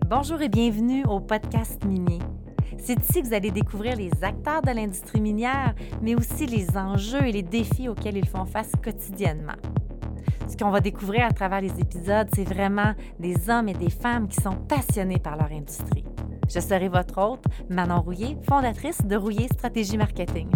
Bonjour et bienvenue au podcast minier. C'est ici que vous allez découvrir les acteurs de l'industrie minière, mais aussi les enjeux et les défis auxquels ils font face quotidiennement. Ce qu'on va découvrir à travers les épisodes, c'est vraiment des hommes et des femmes qui sont passionnés par leur industrie. Je serai votre hôte, Manon Rouillé, fondatrice de Rouillé Stratégie Marketing.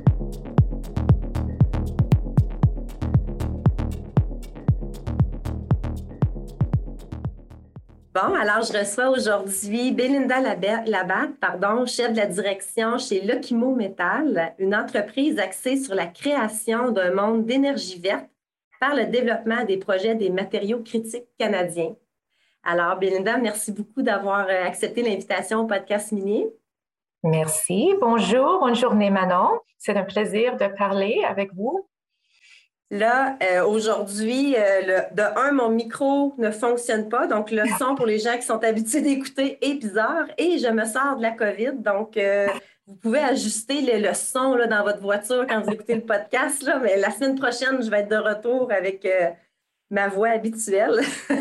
Bon, alors je reçois aujourd'hui Belinda Labatte, chef de la direction chez Lokimo Metal, une entreprise axée sur la création d'un monde d'énergie verte par le développement des projets des matériaux critiques canadiens. Alors, Belinda, merci beaucoup d'avoir accepté l'invitation au podcast minier. Merci. Bonjour, bonne journée Manon. C'est un plaisir de parler avec vous. Là, aujourd'hui, mon micro ne fonctionne pas. Donc, le son pour les gens qui sont habitués d'écouter est bizarre. Et je me sors de la COVID. Donc, vous pouvez ajuster le son là, dans votre voiture quand vous écoutez le podcast. Là, mais la semaine prochaine, je vais être de retour avec ma voix habituelle.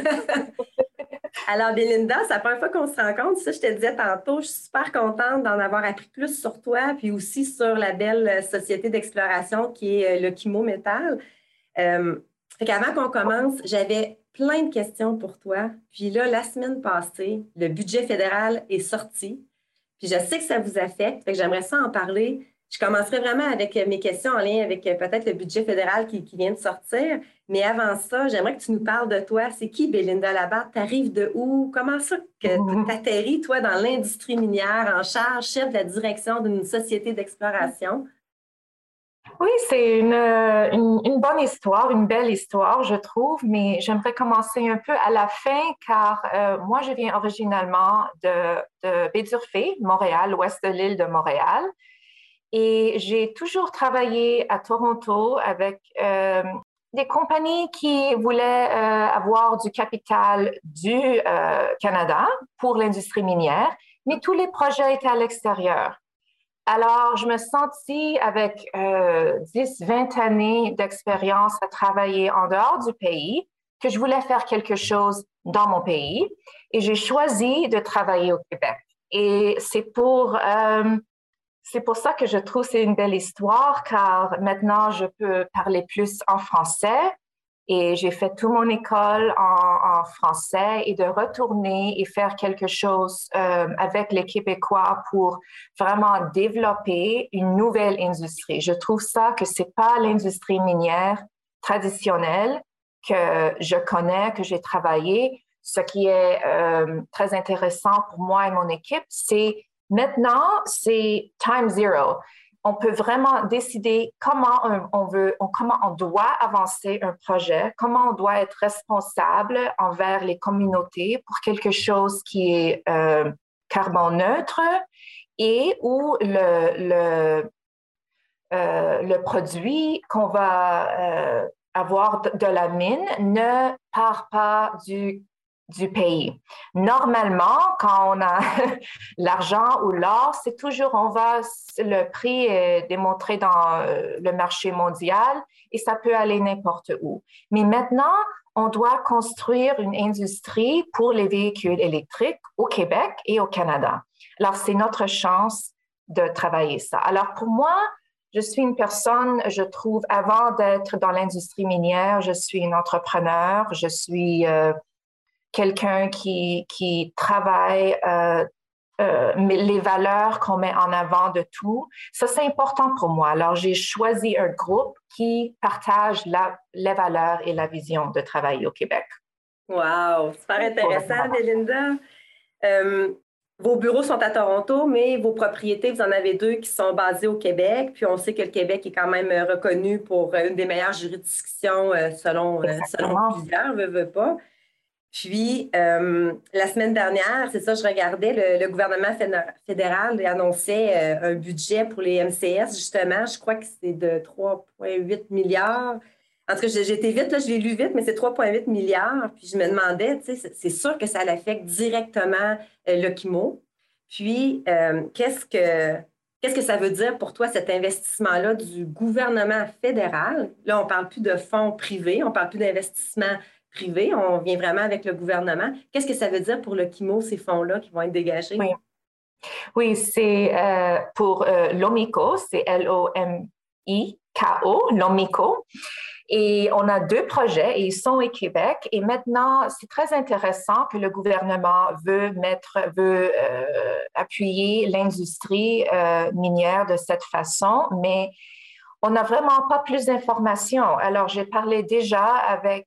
Alors, Belinda, c'est la première fois qu'on se rencontre. Ça, je te disais tantôt, je suis super contente d'en avoir appris plus sur toi, puis aussi sur la belle société d'exploration qui est Lokimo Metal. Fait qu'avant qu'on commence, j'avais plein de questions pour toi. Puis là, la semaine passée, le budget fédéral est sorti. Puis je sais que ça vous affecte. Fait que j'aimerais ça en parler. Je commencerai vraiment avec mes questions en lien avec peut-être le budget fédéral qui vient de sortir. Mais avant ça, j'aimerais que tu nous parles de toi. C'est qui Belinda Labatte? T'arrives de où? Comment ça que t'atterris, toi, dans l'industrie minière, en charge, chef de la direction d'une société d'exploration? Oui, c'est une bonne histoire, une belle histoire, je trouve, mais j'aimerais commencer un peu à la fin car moi, je viens originalement de Baie-d'Urfé, Montréal, l'ouest de l'île de Montréal. Et j'ai toujours travaillé à Toronto avec des compagnies qui voulaient avoir du capital du Canada pour l'industrie minière, mais tous les projets étaient à l'extérieur. Alors, je me sentis avec 10, 20 années d'expérience à travailler en dehors du pays, que je voulais faire quelque chose dans mon pays et j'ai choisi de travailler au Québec. Et c'est pour ça que je trouve que c'est une belle histoire, car maintenant, je peux parler plus en français et j'ai fait toute mon école en français et de retourner et faire quelque chose avec les Québécois pour vraiment développer une nouvelle industrie. Je trouve ça que c'est pas l'industrie minière traditionnelle que je connais, que j'ai travaillé. Ce qui est très intéressant pour moi et mon équipe, c'est maintenant, c'est time zero. On peut vraiment décider comment on doit avancer un projet, comment on doit être responsable envers les communautés pour quelque chose qui est carbone neutre et où le produit qu'on va avoir de la mine ne part pas du pays. Normalement, quand on a l'argent ou l'or, c'est toujours, le prix est démontré dans le marché mondial et ça peut aller n'importe où. Mais maintenant, on doit construire une industrie pour les véhicules électriques au Québec et au Canada. Alors, c'est notre chance de travailler ça. Alors, pour moi, je suis une personne, je trouve, avant d'être dans l'industrie minière, je suis une entrepreneur, je suis quelqu'un qui travaille les valeurs qu'on met en avant de tout. Ça, c'est important pour moi. Alors, j'ai choisi un groupe qui partage les valeurs et la vision de travailler au Québec. Wow! Super intéressant, Belinda. Vos bureaux sont à Toronto, mais vos propriétés, vous en avez 2 qui sont basées au Québec. Puis on sait que le Québec est quand même reconnu pour une des meilleures juridictions selon plusieurs, veut pas. Puis, la semaine dernière, c'est ça, je regardais, le gouvernement fédéral annonçait un budget pour les MCS, justement. Je crois que c'est de 3,8 milliards. En tout cas, j'ai été vite, là, je l'ai lu vite, mais c'est 3,8 milliards. Puis, je me demandais, tu sais, c'est sûr que ça l'affecte directement Lokimo. Puis, qu'est-ce que ça veut dire pour toi, cet investissement-là du gouvernement fédéral? Là, on ne parle plus de fonds privés, on ne parle plus d'investissement privé, on vient vraiment avec le gouvernement. Qu'est-ce que ça veut dire pour le KIMO, ces fonds-là qui vont être dégagés? Oui, oui, c'est pour l'OMICO, c'est LOMIKO, l'OMICO. Et on a 2 projets et ils sont au Québec. Et maintenant, c'est très intéressant que le gouvernement veut appuyer l'industrie minière de cette façon, mais on n'a vraiment pas plus d'informations. Alors, j'ai parlé déjà avec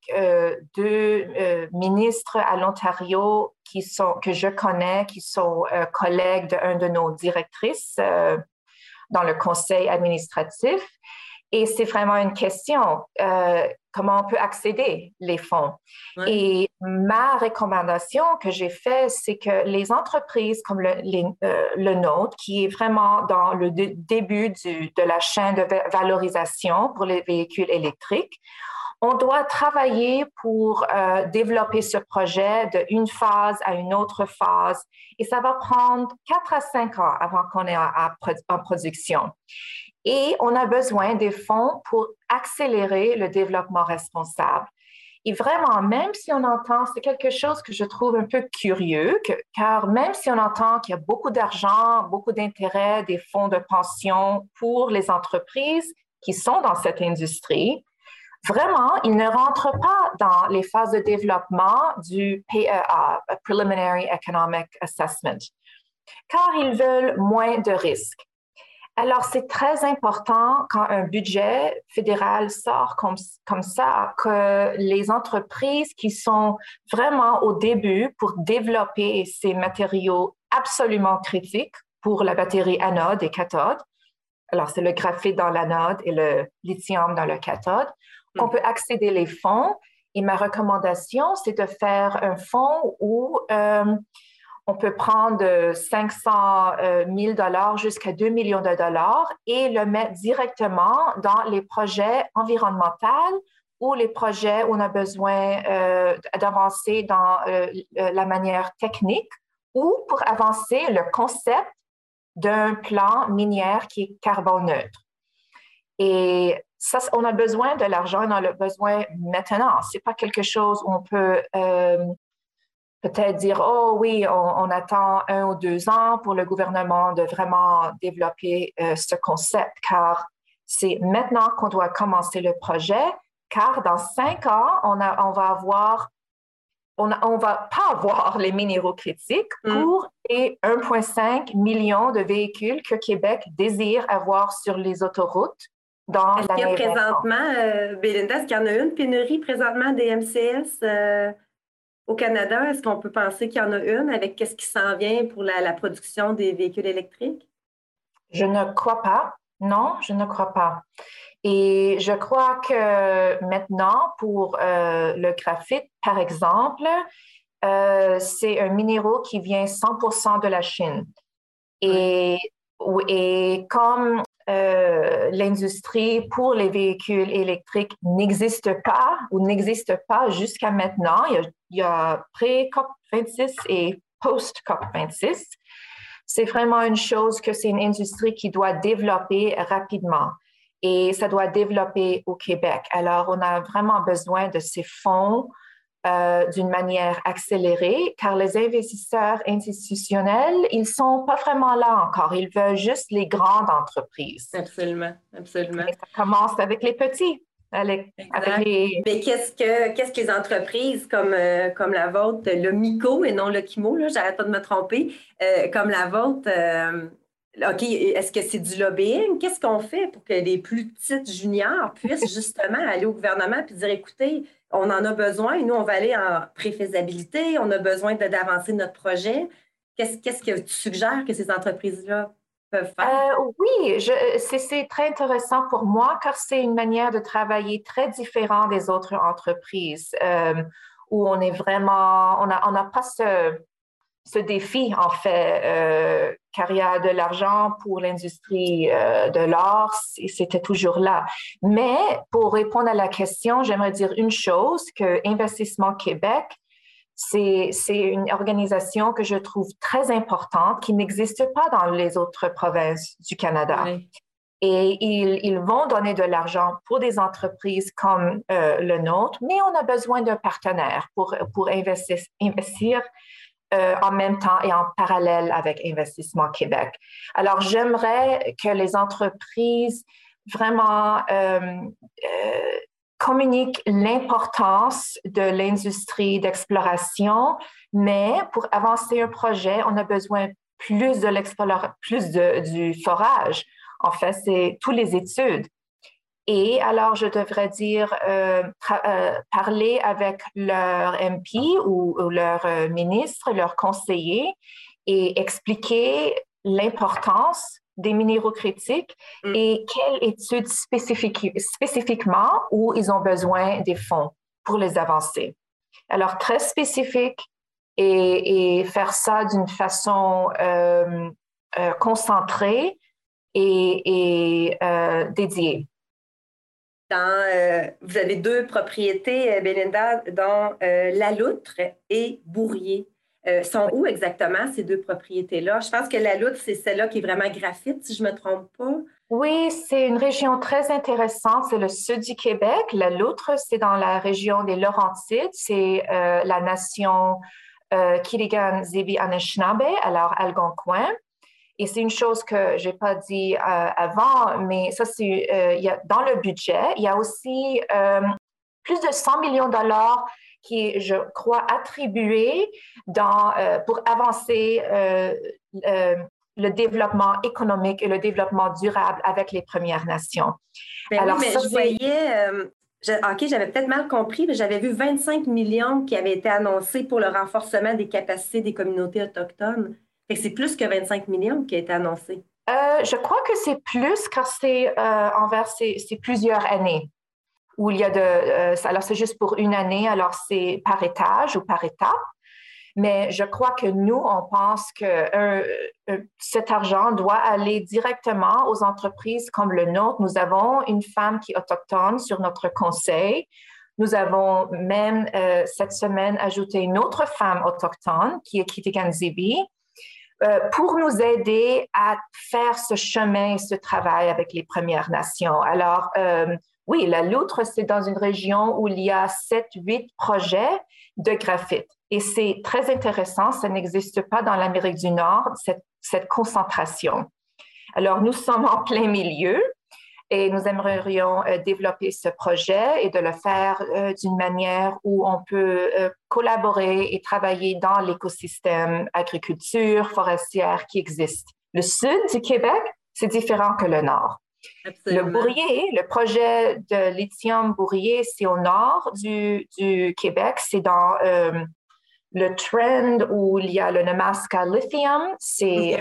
2 ministres à l'Ontario que je connais, qui sont collègues d'un de nos directrices dans le conseil administratif. Et c'est vraiment une question, comment on peut accéder les fonds. Ouais. Et ma recommandation que j'ai faite, c'est que les entreprises comme le nôtre, qui est vraiment dans le début de la chaîne de valorisation pour les véhicules électriques, on doit travailler pour développer ce projet d'une phase à une autre phase. Et ça va prendre 4 à 5 ans avant qu'on est en production. Et on a besoin des fonds pour accélérer le développement responsable. Et vraiment, même si on entend, c'est quelque chose que je trouve un peu curieux, car même si on entend qu'il y a beaucoup d'argent, beaucoup d'intérêt, des fonds de pension pour les entreprises qui sont dans cette industrie, vraiment, ils ne rentrent pas dans les phases de développement du PEA, Preliminary Economic Assessment, car ils veulent moins de risques. Alors, c'est très important quand un budget fédéral sort comme ça, que les entreprises qui sont vraiment au début pour développer ces matériaux absolument critiques pour la batterie anode et cathode, alors c'est le graphite dans l'anode et le lithium dans le cathode, qu'on peut accéder les fonds. Et ma recommandation, c'est de faire un fonds où on peut prendre 500 000 $ jusqu'à 2 millions de dollars et le mettre directement dans les projets environnementaux ou les projets où on a besoin d'avancer dans la manière technique ou pour avancer le concept d'un plan minier qui est carbone neutre. Et ça, on a besoin de l'argent, on en a besoin maintenant. Ce n'est pas quelque chose où on peut peut-être dire, oh oui, on attend 1 ou 2 ans pour le gouvernement de vraiment développer ce concept, car c'est maintenant qu'on doit commencer le projet, car dans 5 ans, on va pas avoir les minéraux critiques pour les 1,5 million de véhicules que Québec désire avoir sur les autoroutes dans l'année 2030. Est-ce qu'il y a présentement, Belinda, est-ce qu'il y en a une pénurie présentement des MCS au Canada? Est-ce qu'on peut penser qu'il y en a une avec ce qui s'en vient pour la production des véhicules électriques? Je ne crois pas. Non, je ne crois pas. Et je crois que maintenant, pour le graphite, par exemple, c'est un minéraux qui vient 100% de la Chine. Et comme l'industrie pour les véhicules électriques n'existe pas jusqu'à maintenant, il y a pré-COP26 et post-COP26. C'est vraiment une chose que c'est une industrie qui doit développer rapidement et ça doit développer au Québec. Alors, on a vraiment besoin de ces fonds d'une manière accélérée, car les investisseurs institutionnels, ils ne sont pas vraiment là encore. Ils veulent juste les grandes entreprises. Absolument, absolument. Et ça commence avec les petits. Mais qu'est-ce que les entreprises comme la vôtre, le MICO et non le KIMO, là, j'arrête pas de me tromper, comme la vôtre, OK, est-ce que c'est du lobbying? Qu'est-ce qu'on fait pour que les plus petites juniors puissent justement aller au gouvernement et dire, écoutez, on en a besoin, nous, on va aller en préfaisabilité, on a besoin d'avancer notre projet. Qu'est-ce que tu suggères que ces entreprises-là peuvent faire? Oui, c'est très intéressant pour moi car c'est une manière de travailler très différente des autres entreprises où on est vraiment, on n'a pas ce défi, en fait, car il y a de l'argent pour l'industrie de l'or, c'était toujours là. Mais pour répondre à la question, j'aimerais dire une chose, que Investissement Québec, c'est une organisation que je trouve très importante, qui n'existe pas dans les autres provinces du Canada. Oui. Et ils vont donner de l'argent pour des entreprises comme le nôtre, mais on a besoin d'un partenaire pour investir en même temps et en parallèle avec Investissement Québec. Alors, j'aimerais que les entreprises vraiment communiquent l'importance de l'industrie d'exploration, mais pour avancer un projet, on a besoin plus du forage. En fait, c'est toutes les études. Et alors, je devrais dire, parler avec leur MP ou leur ministre, leur conseiller et expliquer l'importance des minéraux critiques et quelles études spécifiquement où ils ont besoin des fonds pour les avancer. Alors, très spécifique et faire ça d'une façon concentrée et dédiée. Vous avez deux propriétés, Belinda, dans La Loutre et Bourrier. Sont où exactement ces deux propriétés-là? Je pense que La Loutre, c'est celle-là qui est vraiment graphite, si je ne me trompe pas. Oui, c'est une région très intéressante. C'est le sud du Québec. La Loutre, c'est dans la région des Laurentides. C'est la nation Kiligan-Zibi-Anishinaabe, alors Algonquin. Et c'est une chose que je n'ai pas dit avant, mais ça, c'est dans le budget. Il y a aussi plus de 100 millions de dollars qui est, je crois, attribué pour avancer le développement économique et le développement durable avec les Premières Nations. Ben alors, oui, mais je voyais... OK, j'avais peut-être mal compris, mais j'avais vu 25 millions qui avaient été annoncés pour le renforcement des capacités des communautés autochtones. Fait que c'est plus que 25 millions qui a été annoncé. Je crois que c'est plus car c'est plusieurs années où il y a alors c'est juste pour une année, alors c'est par étage ou par étape. Mais je crois que nous, on pense que cet argent doit aller directement aux entreprises comme le nôtre. Nous avons une femme qui est autochtone sur notre conseil. Nous avons même cette semaine ajouté une autre femme autochtone qui est Kitigan-Zibi pour nous aider à faire ce chemin, ce travail avec les Premières Nations. Alors, oui, la Loutre, c'est dans une région où il y a 7-8 projets de graphite. Et c'est très intéressant, ça n'existe pas dans l'Amérique du Nord, cette concentration. Alors, nous sommes en plein milieu et nous aimerions développer ce projet et de le faire d'une manière où on peut collaborer et travailler dans l'écosystème agriculture forestière qui existe. Le sud du Québec, c'est différent que le nord. Absolument. Le Bourrier, le projet de lithium Bourrier, c'est au nord du Québec, c'est dans le trend où il y a le Nemaska Lithium, c'est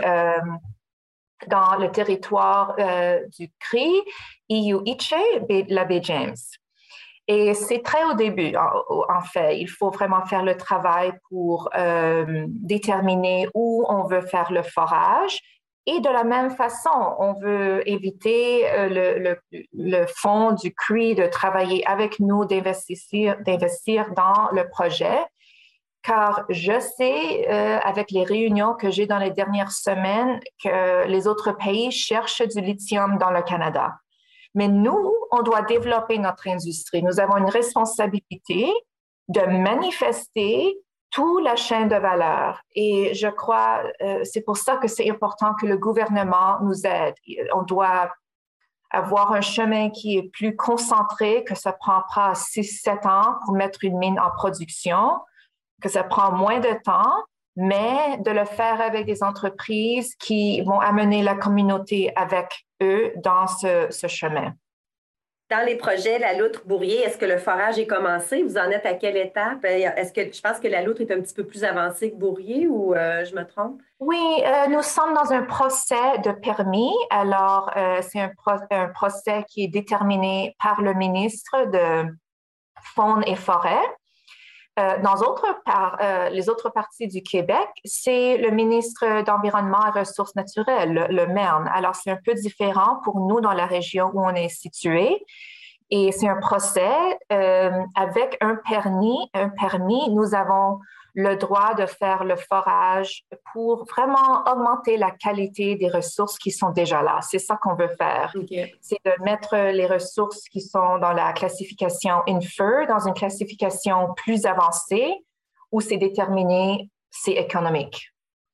dans le territoire du CRI, Iuiche, la baie James. Et c'est très au début, en fait. Il faut vraiment faire le travail pour déterminer où on veut faire le forage. Et de la même façon, on veut éviter le fonds du CRI de travailler avec nous, d'investir dans le projet. Car je sais, avec les réunions que j'ai dans les dernières semaines, que les autres pays cherchent du lithium dans le Canada. Mais nous, on doit développer notre industrie. Nous avons une responsabilité de manifester toute la chaîne de valeur. Et je crois, c'est pour ça que c'est important que le gouvernement nous aide. On doit avoir un chemin qui est plus concentré, que ça ne prend pas 6-7 ans pour mettre une mine en production, que ça prend moins de temps, mais de le faire avec des entreprises qui vont amener la communauté avec eux dans ce chemin. Dans les projets La Loutre, Bourrier, est-ce que le forage est commencé? Vous en êtes à quelle étape? Je pense que La Loutre est un petit peu plus avancée que Bourrier ou je me trompe? Oui, nous sommes dans un procès de permis. Alors, c'est un procès qui est déterminé par le ministre de Faune et Forêt. Dans les autres parties du Québec, c'est le ministre d'Environnement et Ressources naturelles, le MERN. Alors, c'est un peu différent pour nous dans la région où on est situé. Et c'est un procès avec un permis. Nous avons le droit de faire le forage pour vraiment augmenter la qualité des ressources qui sont déjà là. C'est ça qu'on veut faire. OK. C'est de mettre les ressources qui sont dans la classification Infer dans une classification plus avancée où c'est déterminé, c'est économique.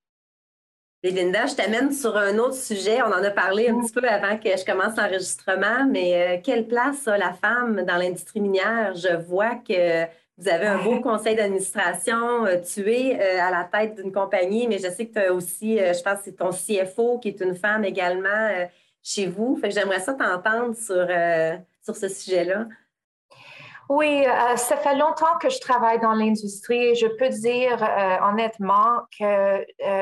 Et Linda, je t'amène sur un autre sujet. On en a parlé un petit peu avant que je commence l'enregistrement, mais quelle place a la femme dans l'industrie minière? Je vois que vous avez un beau conseil d'administration. Tu es à la tête d'une compagnie, mais je sais que tu as aussi, je pense que c'est ton CFO qui est une femme également chez vous. Fait que j'aimerais ça t'entendre sur ce sujet-là. Oui, ça fait longtemps que je travaille dans l'industrie et je peux dire honnêtement que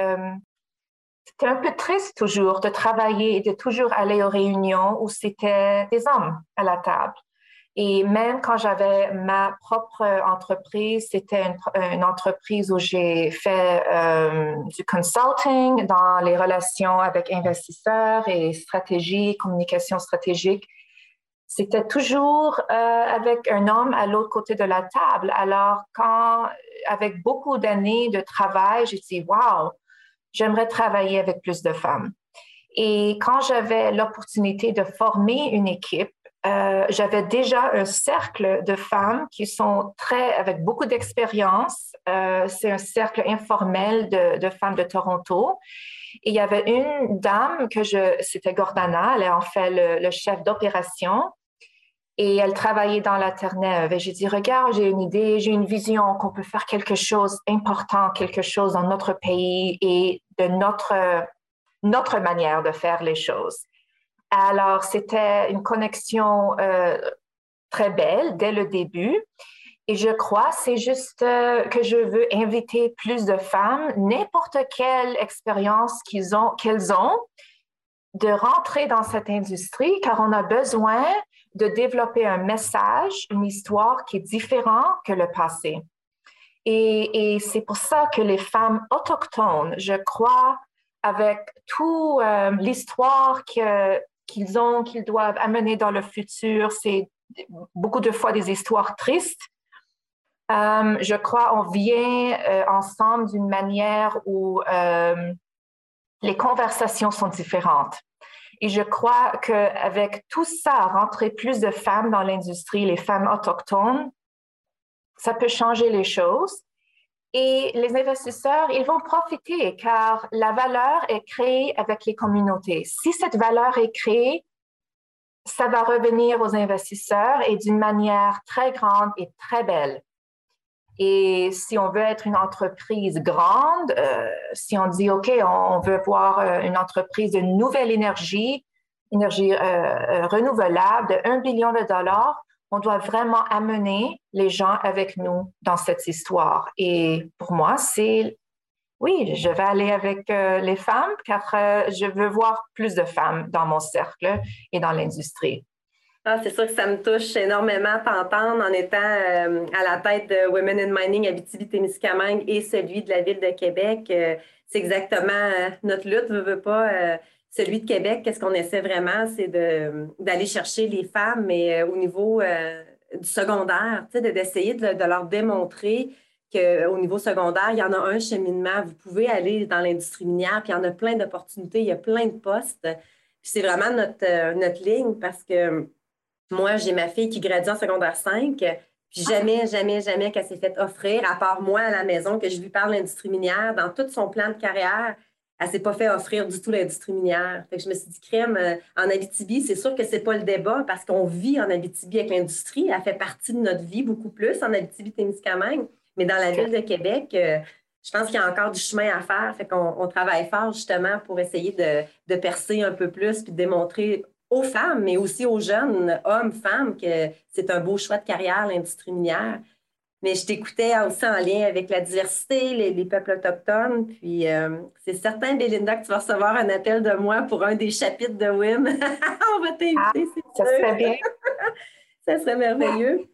c'était un peu triste toujours de travailler et de toujours aller aux réunions où c'était des hommes à la table. Et même quand j'avais ma propre entreprise, c'était une entreprise où j'ai fait du consulting dans les relations avec investisseurs et stratégie, communication stratégique. C'était toujours avec un homme à l'autre côté de la table. Alors, avec beaucoup d'années de travail, j'ai dit, wow, j'aimerais travailler avec plus de femmes. Et quand j'avais l'opportunité de former une équipe, j'avais déjà un cercle de femmes qui sont avec beaucoup d'expérience. C'est un cercle informel de femmes de Toronto. Et il y avait une dame c'était Gordana, elle est en fait le chef d'opération. Et elle travaillait dans la Terre-Neuve. Et j'ai dit, regarde, j'ai une idée, j'ai une vision qu'on peut faire quelque chose d'important, quelque chose dans notre pays et de notre manière de faire les choses. Alors, c'était une connexion très belle dès le début. Et je crois, c'est juste que je veux inviter plus de femmes, n'importe quelle expérience qu'elles ont, de rentrer dans cette industrie, car on a besoin de développer un message, une histoire qui est différente que le passé. Et c'est pour ça que les femmes autochtones, je crois, avec toute l'histoire qu'ils doivent amener dans le futur, c'est beaucoup de fois des histoires tristes. Je crois on vient ensemble d'une manière où les conversations sont différentes. Et je crois qu'avec tout ça, rentrer plus de femmes dans l'industrie, les femmes autochtones, ça peut changer les choses. Et les investisseurs, ils vont profiter car la valeur est créée avec les communautés. Si cette valeur est créée, ça va revenir aux investisseurs et d'une manière très grande et très belle. Et si on veut être une entreprise grande, si on dit, OK, on veut voir une entreprise de nouvelle énergie renouvelable de 1 billion de dollars, on doit vraiment amener les gens avec nous dans cette histoire. Et pour moi, oui, je vais aller avec les femmes car je veux voir plus de femmes dans mon cercle et dans l'industrie. Ah, c'est sûr que ça me touche énormément t'entendre en étant à la tête de Women in Mining Abitibi-Témiscamingue et celui de la Ville de Québec. C'est exactement notre lutte, veut pas. Celui de Québec, qu'est-ce qu'on essaie vraiment, c'est d'aller chercher les femmes, mais au niveau du secondaire, d'essayer de leur démontrer qu'au niveau secondaire, il y en a un cheminement. Vous pouvez aller dans l'industrie minière, puis il y en a plein d'opportunités, il y a plein de postes. Puis c'est vraiment notre ligne parce que moi, j'ai ma fille qui gradue en secondaire 5, puis jamais qu'elle s'est fait offrir, à part moi à la maison, que je lui parle de l'industrie minière. Dans tout son plan de carrière, elle ne s'est pas fait offrir du tout l'industrie minière. Fait que je me suis dit, crème, en Abitibi, c'est sûr que ce n'est pas le débat parce qu'on vit en Abitibi avec l'industrie. Elle fait partie de notre vie beaucoup plus en Abitibi-Témiscamingue. Mais dans la ville de Québec, je pense qu'il y a encore du chemin à faire. Fait qu'on travaille fort justement pour essayer de percer un peu plus puis de démontrer aux femmes, mais aussi aux jeunes hommes, femmes, que c'est un beau choix de carrière, l'industrie minière. Mais je t'écoutais aussi en lien avec la diversité, les peuples autochtones. Puis c'est certain, Belinda, que tu vas recevoir un appel de moi pour un des chapitres de WIM. On va t'inviter, c'est ça sûr. serait bien. Ça serait merveilleux.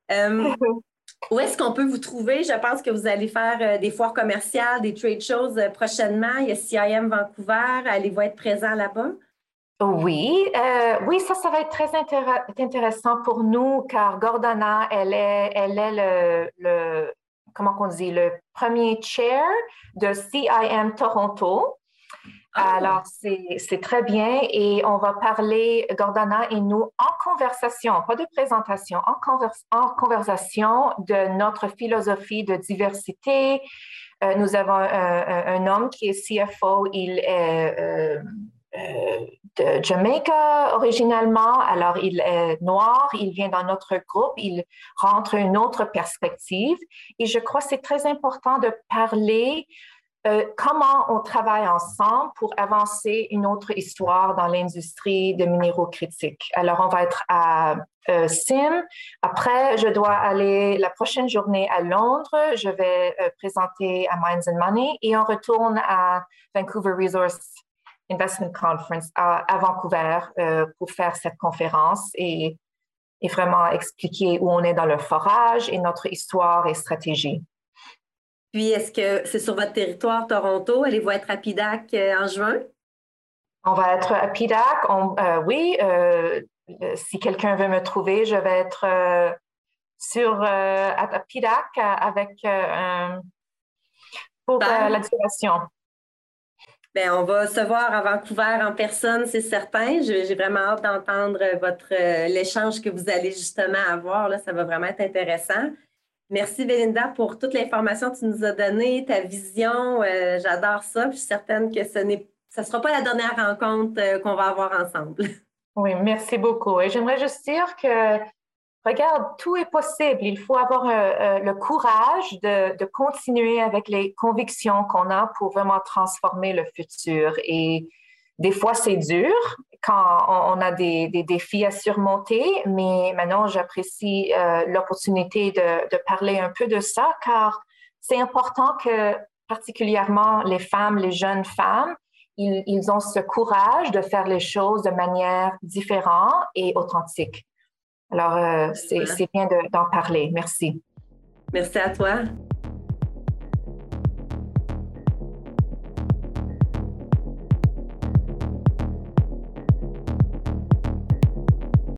Où est-ce qu'on peut vous trouver? Je pense que vous allez faire des foires commerciales, des trade shows prochainement. Il y a CIM Vancouver. Allez-vous être présent là-bas? Oui, ça va être très intéressant pour nous car Gordana, elle est comment on dit, le premier chair de CIM Toronto. Alors, c'est très bien et on va parler, Gordana et nous, en conversation, pas de présentation, en conversation de notre philosophie de diversité. Nous avons un homme qui est CFO, il est de Jamaica originalement, alors il est noir, il vient dans notre groupe, il rentre une autre perspective et je crois que c'est très important de parler comment on travaille ensemble pour avancer une autre histoire dans l'industrie des minéraux critiques. Alors, on va être à SIM. Après, je dois aller la prochaine journée à Londres. Je vais présenter à Mines and Money et on retourne à Vancouver Resource Investment Conference à Vancouver pour faire cette conférence et vraiment expliquer où on est dans le forage et notre histoire et stratégie. Puis, est-ce que c'est sur votre territoire, Toronto? Allez-vous être à PDAC en juin? On va être à PDAC. Oui, si quelqu'un veut me trouver, je vais être à PDAC avec pour la duration. Bien, on va se voir à Vancouver en personne, c'est certain. J'ai vraiment hâte d'entendre l'échange que vous allez justement avoir. Là, ça va vraiment être intéressant. Merci, Belinda, pour toute l'information que tu nous as donnée, ta vision. J'adore ça. Je suis certaine que ce ne sera pas la dernière rencontre qu'on va avoir ensemble. Oui, merci beaucoup. Et j'aimerais juste dire que, regarde, tout est possible. Il faut avoir le courage de continuer avec les convictions qu'on a pour vraiment transformer le futur. Et des fois, c'est dur quand on a des défis à surmonter, mais maintenant, j'apprécie l'opportunité de parler un peu de ça, car c'est important que, particulièrement les femmes, les jeunes femmes, ils ont ce courage de faire les choses de manière différente et authentique. Alors, c'est bien d'en parler. Merci. Merci à toi.